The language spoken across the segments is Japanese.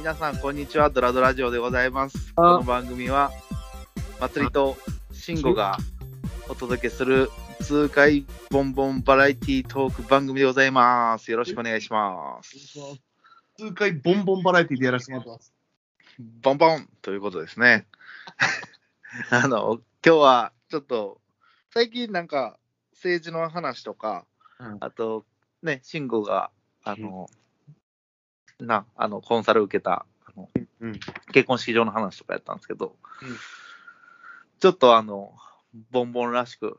皆さんこんにちは。ドラドラジオでございます。この番組はまつりとしんごがお届けする痛快ボンボンバラエティトーク番組でございます。よろしくお願いします。 痛快ボンボンバラエティでやらせてもらってます。 ボンボンということですね。今日はちょっと最近なんか政治の話とか、あとね、しんごがコンサル受けた結婚式場の話とかやったんですけど、ちょっとボンボンらしく、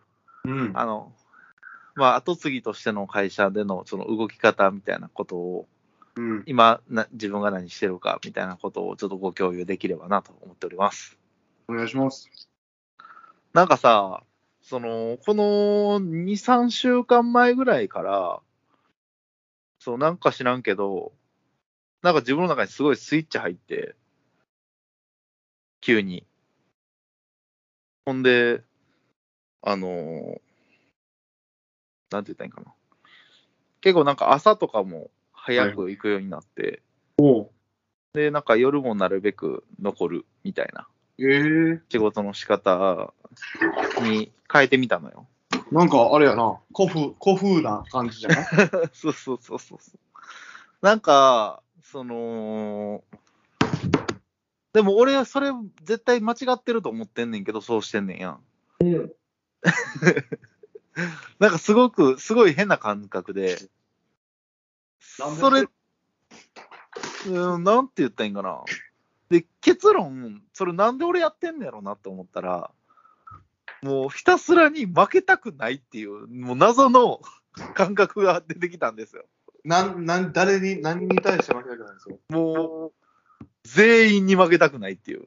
後継ぎとしての会社でのその動き方みたいなことを、今自分が何してるかみたいなことをちょっとご共有できればなと思っております。 お願いします。 なんかさ、この2、3週間前ぐらいから、なんか知らんけど、なんか自分の中にすごいスイッチ入って、急に。ほんで、なんて言ったらいいんかな。結構なんか朝とかも早く行くようになって、で、なんか夜もなるべく残るみたいな、仕事の仕方に変えてみたのよ。 なんかあれやな、古風な感じじゃない？ そう。なんか、でも俺はそれ絶対間違ってると思ってんねんけど、そうしてんねんやん。なんかすごい変な感覚で、それ、なんて言ったらいいんかな。で、結論、それなんで俺やってんねやろなって思ったら、もうひたすらに負けたくないっていう、もう謎の感覚が出てきたんですよ。 何に対して負けたくないんですか？ もう、全員に負けたくないっていう。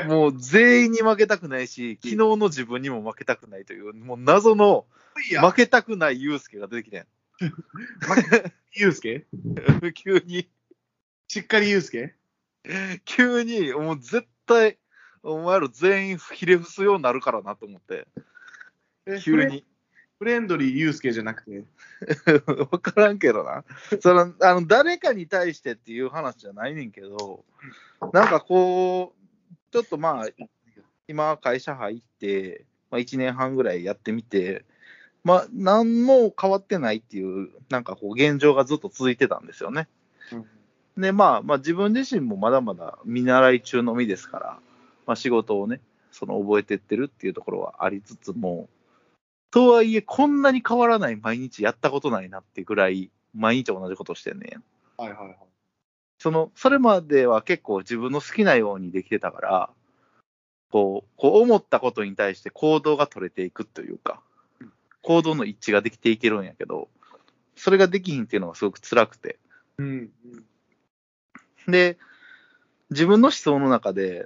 もう全員に負けたくないし、昨日の自分にも負けたくないという、もう謎の負けたくないユウスケが出てきてん。 ユウスケ？ 急に。 しっかりユウスケ？ 急に、もう絶対、お前ら全員ひれ伏すようになるからなと思って。急に。 フレンドリーユウスケじゃなくて。 わからんけどな。誰かに対してっていう話じゃないねんけど、なんかこう、ちょっとまあ、今会社入って、1年半ぐらいやってみて、何も変わってないっていう、なんかこう、現状がずっと続いてたんですよね。で、自分自身もまだまだ見習い中の身ですから、仕事をね、覚えてってるっていうところはありつつも、とはいえ、こんなに変わらない毎日やったことないなってぐらい、毎日同じことしてんねん。それまでは結構自分の好きなようにできてたから、こう思ったことに対して行動が取れていくというか、行動の一致ができていけるんやけど、それができひんっていうのがすごく辛くて。で、自分の思想の中で、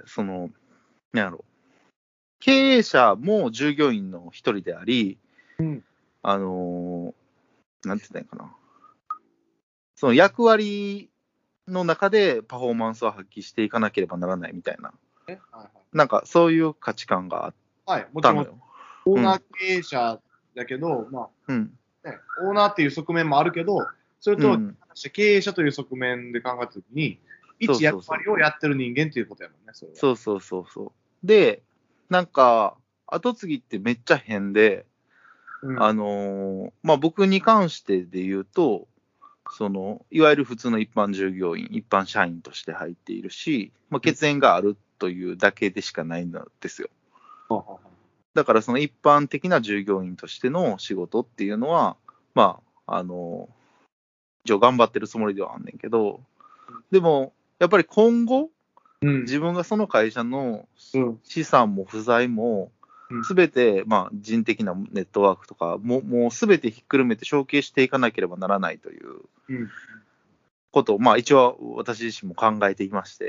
経営者も従業員の一人であり、なんて言ったらいいかな。その役割の中でパフォーマンスを発揮していかなければならないみたいな。なんかそういう価値観があったのよ。 オーナー経営者だけど、オーナーっていう側面もあるけど、それと経営者という側面で考えたときに、一役割をやってる人間っていうことやもんね、それは。 そう。で、なんか、後継ぎってめっちゃ変で、僕に関してで言うと、いわゆる普通の一般従業員、一般社員として入っているし、血縁があるというだけでしかないんですよ。だからその一般的な従業員としての仕事っていうのは、一応頑張ってるつもりではあんねんけど、でも、やっぱり今後、自分がその会社の資産も不在も、すべて、人的なネットワークとかもうすべてひっくるめて承継していかなければならないということを、一応私自身も考えていまして。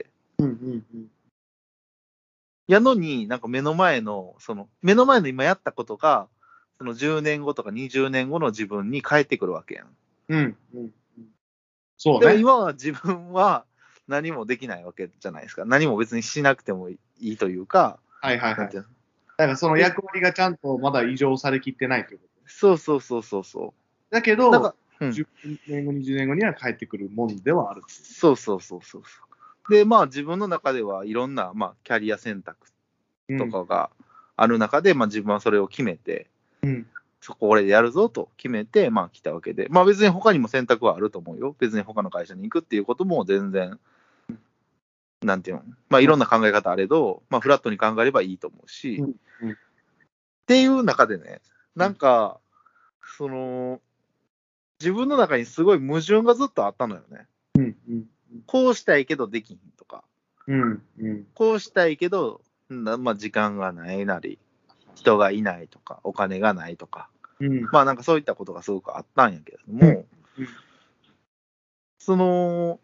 やのに、なんか目の前の今やったことが、その10年後とか20年後の自分に返ってくるわけやん。 そうね。 でも今は自分は何もできないわけじゃないですか。何も別にしなくてもいいというか。 だからその役割がちゃんとまだ異常されきってないということ。 そう。 だけど、 10年後、20年後には帰ってくるもんではある。 そうそうそうそう。で、まあ自分の中ではいろんな、まあ、キャリア選択とかがある中で、まあ自分はそれを決めて、そこ俺でやるぞと決めて、まあ来たわけで、まあ別に他にも選択はあると思うよ。別に他の会社に行くっていうことも全然、なんていうの、まあいろんな考え方あれど、まあフラットに考えればいいと思うし、っていう中でね、なんか、その、自分の中にすごい矛盾がずっとあったのよね。こうしたいけどできひんとか、こうしたいけど、まあ時間がないなり、人がいないとか、お金がないとか、まあなんかそういったことがすごくあったんやけれども、その、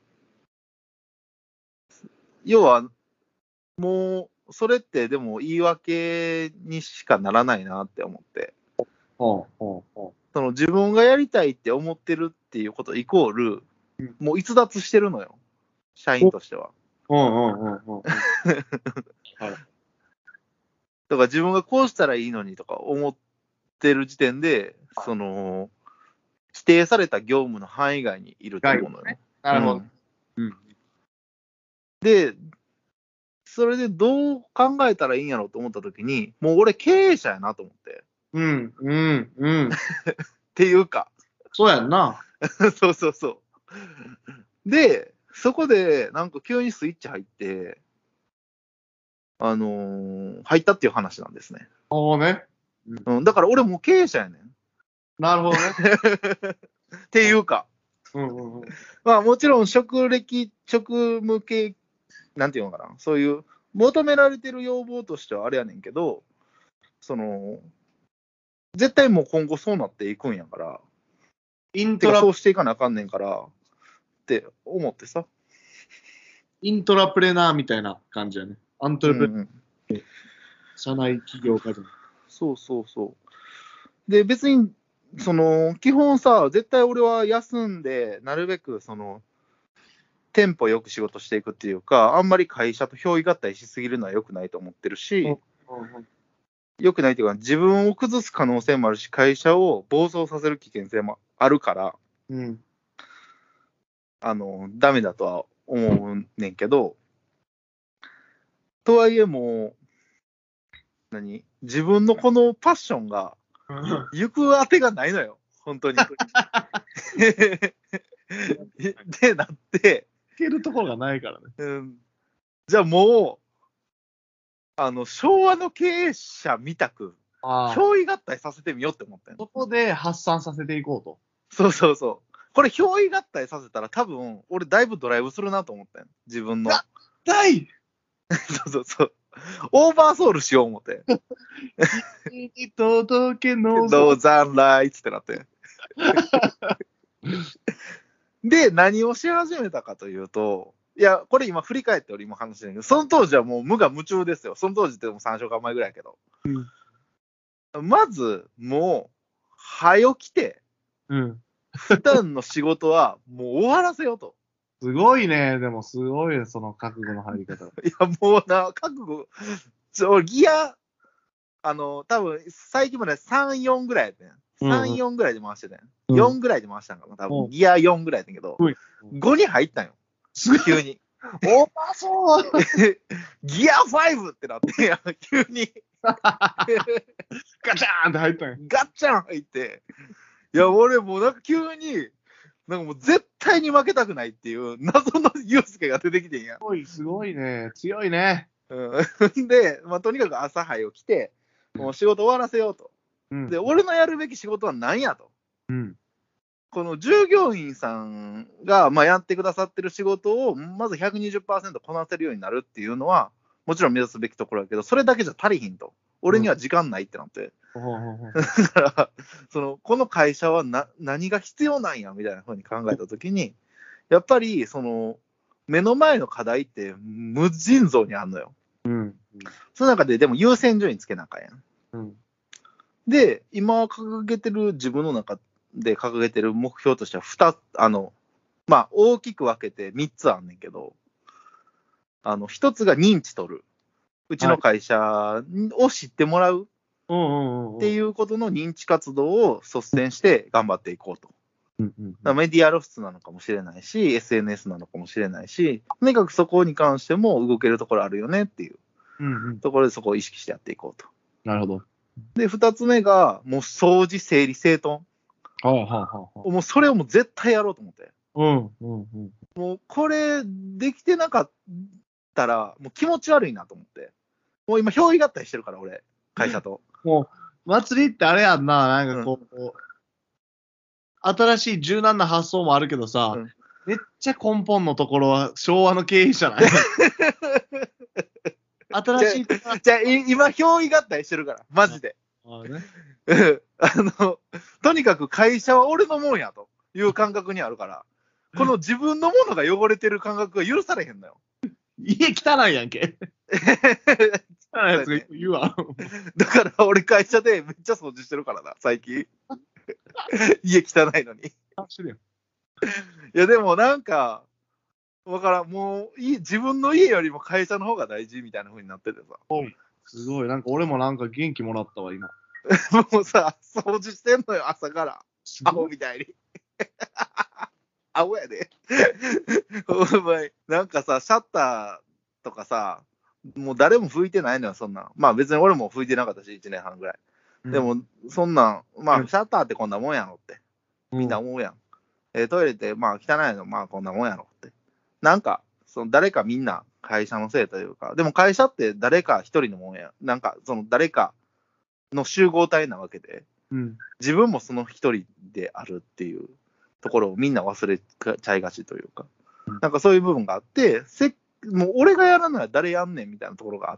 要は、もう、それってでも言い訳にしかならないなって思って。その自分がやりたいって思ってるっていうことイコール、もう逸脱してるのよ。社員としては。だから自分がこうしたらいいのにとか思ってる時点で、その、指定された業務の範囲外にいると思うのよ。 なるほど。 で、それでどう考えたらいいんやろうと思ったときに、もう俺経営者やなと思って。っていうか。 そうやんな。 そうそうそう。で、そこでなんか急にスイッチ入って、入ったっていう話なんですね。だから俺もう経営者やねん。 なるほどね。 っていうか。まあもちろん職務系、なんていうのかな、そういう求められてる要望としてはあれやねんけど、その、絶対もう今後そうなっていくんやから、そうしていかなあかんねんからって思ってさ。 イントラプレナーみたいな感じやね。アントレプレナー。社内起業家じゃない。 そうそうそう。で、別に、その、基本さ、絶対俺は休んで、なるべく、その、テンポよく仕事していくっていうか、あんまり会社と表裏合体しすぎるのは良くないと思ってるし、良くないというか、自分を崩す可能性もあるし、会社を暴走させる危険性もあるから、ダメだとは思うねんけど、とはいえもう、自分のこのパッションが、行く当てがないのよ、本当に。で、なって、 いけるところがないからね。 じゃあもう、昭和の経営者みたく、表裏合体させてみようって思ったよ。 そこで発散させていこうと。 そうそうそう。これ表裏合体させたら多分、俺だいぶドライブするなと思ったよ。自分の。そうそうそう。オーバーソウルしよう思って。 に届けのザンライツってなって。で、何をし始めたかというと、いや、これ今振り返って俺今話してるけど、その当時はもう無我夢中ですよ。その当時っても3週間前ぐらいやけど。まず、もう、早起きて、普段の仕事はもう終わらせようと。 すごいね。でもすごいね、その覚悟の入り方。 いや、もうな、覚悟、ギア、多分最近まで3、4ぐらいやったん。3、4ぐらいで回してたん。4ぐらいで回したんかな。多分ギア4ぐらいやったんけど、5に入ったんよ。急に。 オーバーソウルギア5ってなって、急に。 ガチャーンって入ったんや。 ガッチャン入って。いや、俺もうなんか急に、なんかもう絶対に負けたくないっていう謎のユースケが出てきてんや。 すごいね。強いね。 で、まあ、とにかく朝早起きて、もう仕事終わらせようと。で、俺のやるべき仕事は何やと。この従業員さんが、まあ、やってくださってる仕事をまず 120% こなせるようになるっていうのは、もちろん目指すべきところだけど、それだけじゃ足りひんと。俺には時間ないってなって。だから、この会社は何が必要なんやみたいな風に考えたときに、やっぱり、目の前の課題って無尽蔵にあるのよ。その中ででも優先順位つけなあかんやん。で、今掲げてる、自分の中で掲げてる目標としてはまあ、大きく分けて3つあんねんけど、1つが認知取る。うちの会社を知ってもらうっていうことの認知活動を率先して頑張っていこうと。 メディア露出なのかもしれないし、SNS なのかもしれないし、とにかくそこに関しても動けるところあるよねっていうところでそこを意識してやっていこうと。 なるほど。 で、2つ目が、もう掃除、整理、整頓。もうそれをもう絶対やろうと思って。もうこれできてなかったら、もう気持ち悪いなと思って。もう今、憑依合体してるから、俺、会社と。 もう、祭りってあれやんな、なんかこう、新しい柔軟な発想もあるけどさ、めっちゃ根本のところは昭和の経営者なんや。新しい。 じゃあ、今、憑依合体してるから、マジで。とにかく会社は俺のもんやという感覚にあるから、この自分のものが汚れてる感覚が許されへんのよ。 家汚いやんけ。汚いやつが言うわ。 だから俺会社でめっちゃ掃除してるからな、最近。家汚いのに。いやでもなんか、わからん、もう自分の家よりも会社の方が大事みたいな風になっててさ。 すごい、なんか俺もなんか元気もらったわ、今。 もうさ、掃除してんのよ、朝から。アホみたいに。アホやで。お前、なんかさ、シャッターとかさ、もう誰も拭いてないのよ、そんなん。まあ別に俺も拭いてなかったし、1年半ぐらい。でも、そんなん、まあ、シャッターってこんなもんやろって。みんな思うやん。トイレって、まあ汚いの、まあこんなもんやろって。なんか、誰かみんな会社のせいというか、でも会社って誰か一人のもんや。なんか、誰かの集合体なわけで、自分もその一人であるっていうところをみんな忘れちゃいがちというか、なんかそういう部分があって、もう俺がやらないら誰やんねんみたいなところがあって、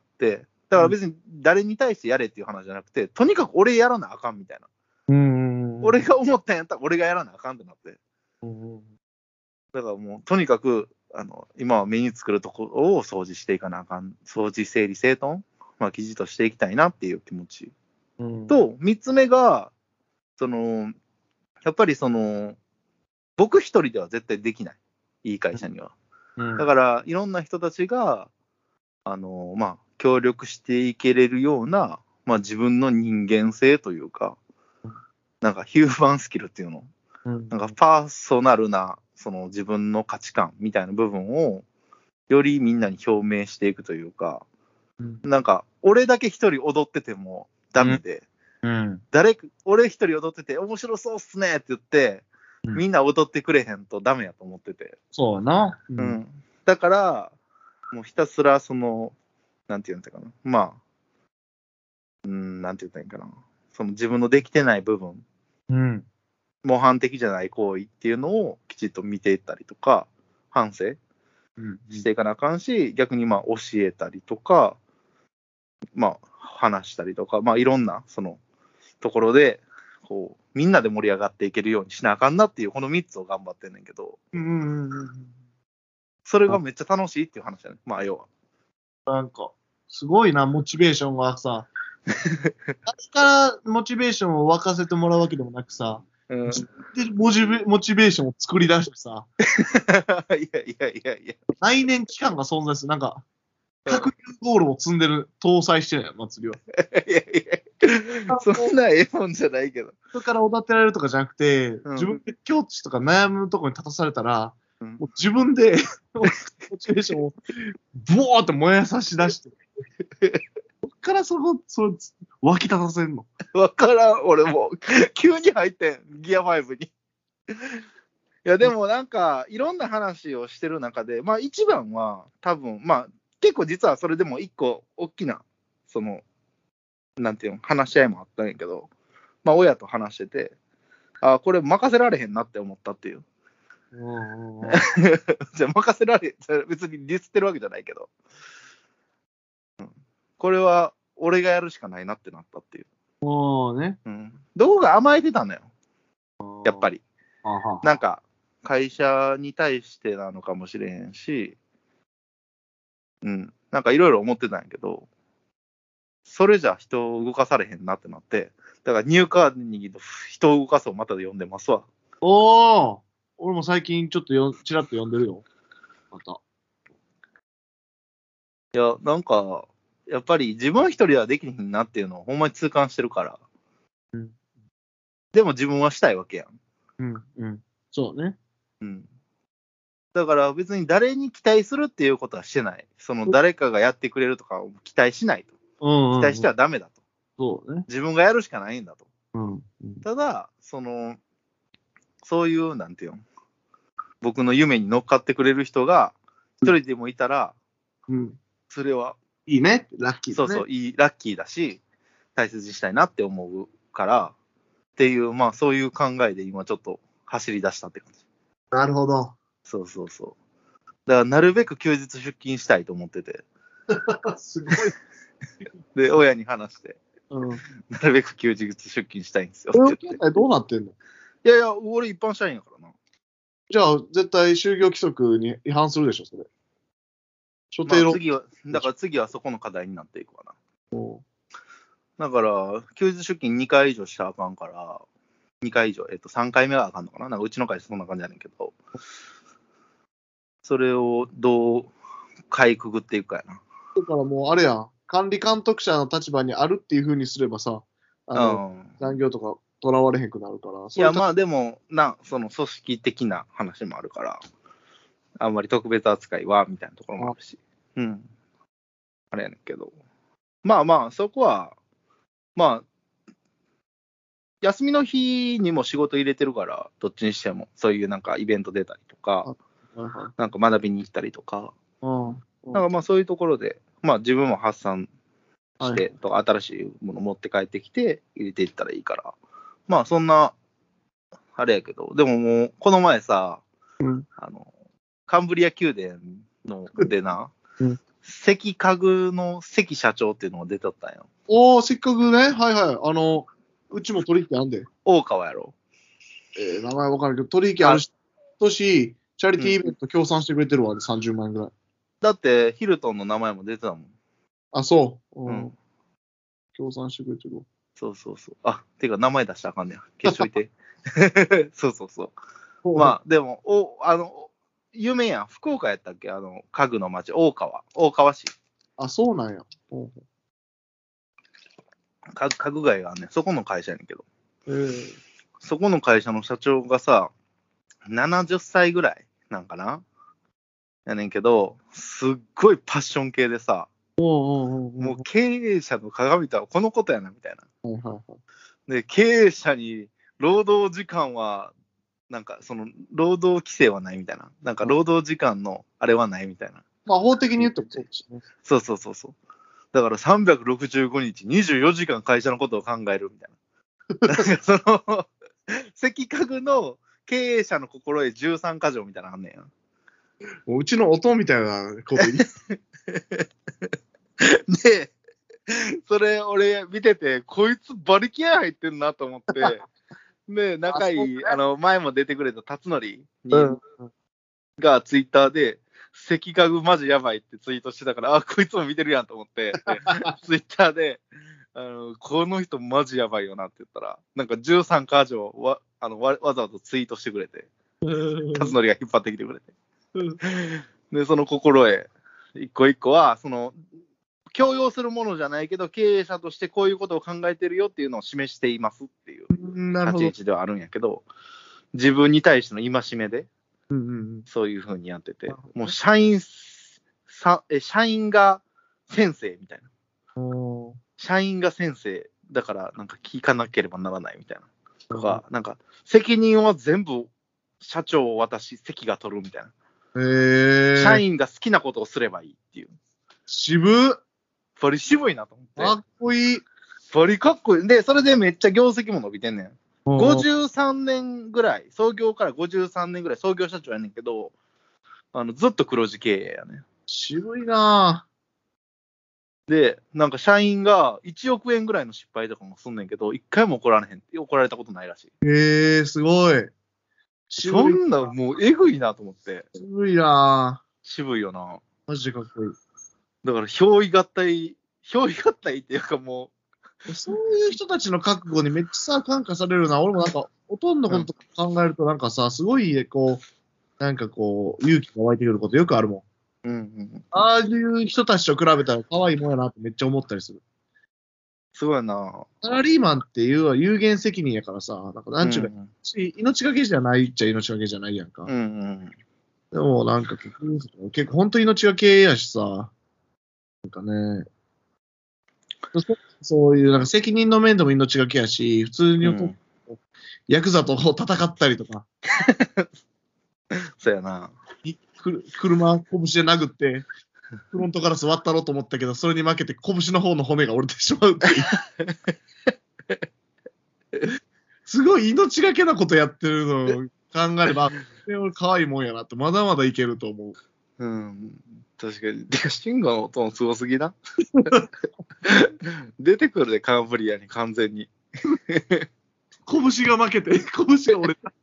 だから別に誰に対してやれっていう話じゃなくて、とにかく俺やらなあかんみたいな。俺が思ったんやったら俺がやらなあかんってなって。だからもうとにかく、今は目につくるところを掃除していかなあかん。掃除、整理、整頓、まあ記事としていきたいなっていう気持ち。と、3つ目が、やっぱり僕一人では絶対できない。いい会社には。だから、いろんな人たちが、まあ、協力していけれるような、まあ、自分の人間性というか、なんかヒューマンスキルっていうの、なんかパーソナルな、自分の価値観みたいな部分を、よりみんなに表明していくというか、なんか、俺だけ一人踊っててもダメで、俺一人踊ってて、面白そうっすねって言って、みんな踊ってくれへんとダメやと思ってて。 そうやな。 だから、もうひたすらなんて言うんだかな。まあ、なんて言ったらいいかな。自分のできてない部分、模範的じゃない行為っていうのをきちっと見ていったりとか、反省していかなあかんし、逆にまあ教えたりとか、まあ話したりとか、まあいろんなところで、こう、みんなで盛り上がっていけるようにしなあかんなっていう、この3つを頑張ってんねんけど、それがめっちゃ楽しいっていう話だね。まあ要は。 なんか、すごいな、モチベーションがさ、あれからモチベーションを沸かせてもらうわけでもなくさ、自分でモチベーションを作り出してさ、 いや。 来年期間が存在する。なんか、100ゴールを積んでる、搭載してるやん、祭りは。 いや、そんな絵本じゃないけど。 それからおだてられるとかじゃなくて、自分で境地とか悩むところに立たされたら、もう自分でモチベーションをボーって燃やさし出して、そっから湧き立たせんの。 わからん、俺も急に入ってん、ギア5に。いや、でもなんか、いろんな話をしてる中で、まあ一番は多分、まあ結構実はそれでも一個大きな、なんていうの、話し合いもあったんやけど、まあ親と話してて、あ、これ任せられへんなって思ったっていう。じゃあ任せられ、別にディスってるわけじゃないけど、これは俺がやるしかないなってなったっていう。どこが甘えてたのよ、やっぱり。なんか会社に対してなのかもしれへんし、なんかいろいろ思ってたんやけど、それじゃ人を動かされへんなってなって、だからニューカーニギの人を動かすをまた読んでますわ。 俺も最近ちょっとちらっと読んでるよ。また。 いや、なんか、やっぱり自分一人ではできひんなっていうのをほんまに痛感してるから。でも自分はしたいわけやん。 そうね。 うん。だから別に誰に期待するっていうことはしてない。その誰かがやってくれるとかを期待しないと。期待してはダメだと。 そうね。 自分がやるしかないんだと。 うん。 ただ、そういう、なんていうの、僕の夢に乗っかってくれる人が一人でもいたら、それは、 いいね。ラッキーだね。 そうそう、ラッキーだし、大切にしたいなって思うから、っていう、まあそういう考えで今ちょっと走り出したって感じ。 なるほど。 そうそうそう。だからなるべく休日出勤したいと思ってて。 すごい。 で、親に話して、なるべく休日出勤したいんですよ。 雇用形態どうなってんの？ いやいや、俺一般社員やからな。 じゃあ、絶対就業規則に違反するでしょ、それ。所定次は、だから次はそこの課題になっていくわな。だから、休日出勤2回以上したらあかんから、2回以上、3回目はあかんのかな。なんかうちの会社そんな感じやねんけど、それをどうかいくぐっていくかやな。 だからもうあれやん、管理監督者の立場にあるっていう風にすればさ、残業とかとらわれへんくなるから。 いや、まあでも、その組織的な話もあるから、あんまり特別扱いは、みたいなところもあるし。うん。あれやねんけど。まあまあ、そこは、まあ、休みの日にも仕事入れてるから、どっちにしても、そういうなんかイベント出たりとか、なんか学びに行ったりとか、なんかまあそういうところで、まあ自分も発散して、新しいもの持って帰ってきて入れていったらいいから、まあそんな、あれやけど、でももう、この前さ、カンブリア宮殿でな、関家具の関社長っていうのが出とったんよ。 おー、せっかくね、はいはい。うちも取引あんで。 大川やろ。 名前わかるけど、取引あるし、チャリティーイベント協賛してくれてるわ、30万円ぐらい。 だって、ヒルトンの名前も出てたもん。 あ、そう。協賛してくれてるわ。 そうそうそう。あ、てか名前出したらあかんねや。消しといて。そうそうそう。まあ、でも、有名やん。福岡やったっけ家具の町、大川市。 あ、そうなんや。 家具街があんねん。そこの会社やねんけど。そこの会社の社長がさ、70歳ぐらいなんかなやねんけど、すっごいパッション系でさ、もう経営者の鏡とはこのことやなみたいな。で、経営者に労働時間は、なんかその労働規制はないみたいな。なんか労働時間のあれはないみたいな。 まあ法的に言うとそうですね。 そうそうそうそう。だから365日、24時間会社のことを考えるみたいな。なんかその、関家具の経営者の心得13箇条みたいなのあんねんや。 もううちの音みたいなこと言で、それ俺見てて、こいつバリ気合入ってんなと思って、で、仲いい、前も出てくれた辰徳がツイッターで、関家具マジやばいってツイートしてたから、あ、こいつも見てるやんと思って、ツイッターで、この人マジやばいよなって言ったら、なんか13箇条わざわざツイートしてくれて、辰徳が引っ張ってきてくれて。で、その心得、一個一個は、強要するものじゃないけど、経営者としてこういうことを考えてるよっていうのを示していますっていう立ち位置ではあるんやけど、自分に対しての戒めで、そういうふうにやってて、もう社員が先生みたいな。社員が先生だからなんか聞かなければならないみたいな。とか、なんか責任は全部社長私、関が取るみたいな。社員が好きなことをすればいいっていう。 渋っ。 バリ渋いなと思って。 かっこいい。 バリかっこいい。で、それでめっちゃ業績も伸びてんねん。53年ぐらい、創業から53年ぐらい、創業社長やねんけど、ずっと黒字経営やね。 渋いなぁ。で、なんか社員が1億円ぐらいの失敗とかもすんねんけど、1回も怒られたことないらしい。 すごい。 そんな、もうえぐいなと思って。 渋いなぁ。 渋いよな。 マジでかっこいい。 だから、憑依合体っていうかもう。そういう人たちの覚悟にめっちゃさ、感化されるな。俺もなんか、ほとんどのこと考えるとなんかさ、すごい、なんか勇気が湧いてくることよくあるもん。ああいう人たちと比べたら可愛いもんやなってめっちゃ思ったりする。 すごいな。 サラリーマンっていうのは有限責任やからさ、なんかなんちゅうか、命がけじゃないっちゃ命がけじゃないやんか。 うんうん。 でもなんか結構本当命がけやしさ、なんかね、そういうなんか責任の面でも命がけやし、普通に、ヤクザと戦ったりとか。 そうやな。 車、拳で殴って、フロントガラス割ったろうと思ったけど、それに負けて拳の方の骨が折れてしまうっていう。すごい命がけなことやってるのを考えれば、俺可愛いもんやなって、まだまだいけると思う。 うん。確かに。てか、シンゴの音もすごすぎな。出てくるで、カンブリアに完全に。 拳が負けて、拳が折れた。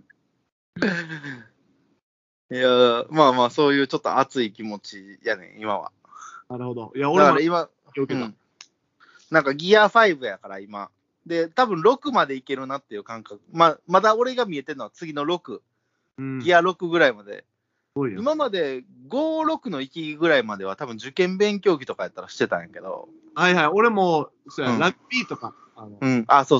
いや、まあまあ、そういうちょっと熱い気持ちやねん、今は。 なるほど。いや、俺も今、なんかギア5やから、今。で、多分6までいけるなっていう感覚。まだ俺が見えてるのは次の6。ギア6ぐらいまで。今まで5、6の域ぐらいまでは多分受験勉強期とかやったらしてたんやけど。 はいはい、俺も、そうや、ラグビーとか。 そう、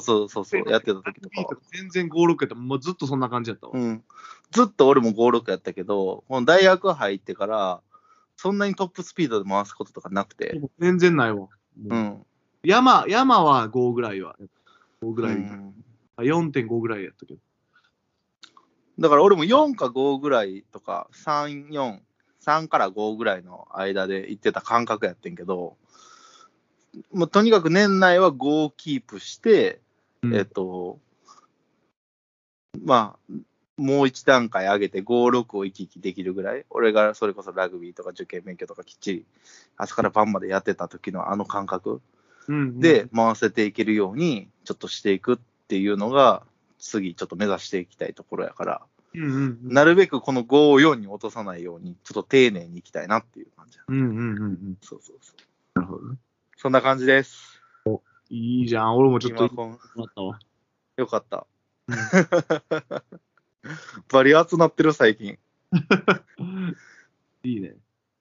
やってた時とか。 全然5、6やった。もうずっとそんな感じやったわ。 ずっと俺も5、6やったけど、この大学入ってから、そんなにトップスピードで回すこととかなくて。 全然ないわ。山は5ぐらいは。5ぐらい。4.5 ぐらいやったけど。 だから俺も4か5ぐらいとか、3、4、3から5ぐらいの間で行ってた感覚やってんけど、もうとにかく年内は5をキープして、まあ、もう一段階上げて5、6を行き来できるぐらい、俺がそれこそラグビーとか受験勉強とかきっちり朝から晩までやってた時のあの感覚で回せていけるようにちょっとしていくっていうのが次ちょっと目指していきたいところやから、なるべくこの5を4に落とさないようにちょっと丁寧にいきたいなっていう感じ。そう。 なるほどね。 そんな感じです。 いいじゃん。俺もちょっとったわ。 よかった。バリ熱なってる最近。 いいね。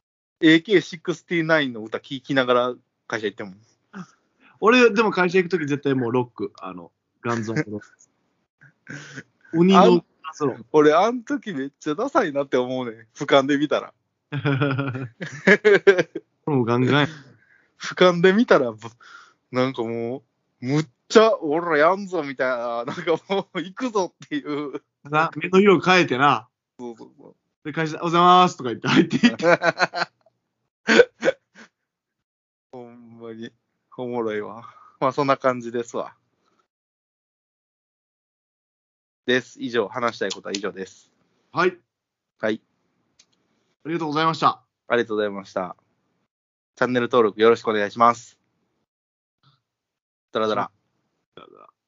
AK69 の歌聴きながら会社行っても。 俺でも会社行くとき絶対もうロック、ガンズの鬼のソロ。 俺あん時めっちゃダサいなって思うね。俯瞰で見たら。 もうガンガン。 俯瞰で見たらなんかもうむっちゃ俺らやんぞみたいな、なんかもう行くぞっていう。 目の色変えてな。 そう。 で、会社、おはようございますとか言って入っていって。 ほんまに、おもろいわ。まあそんな感じですわ。です。以上、話したいことは以上です。 はい。 はい。 ありがとうございました。 ありがとうございました。チャンネル登録よろしくお願いします。だらだら。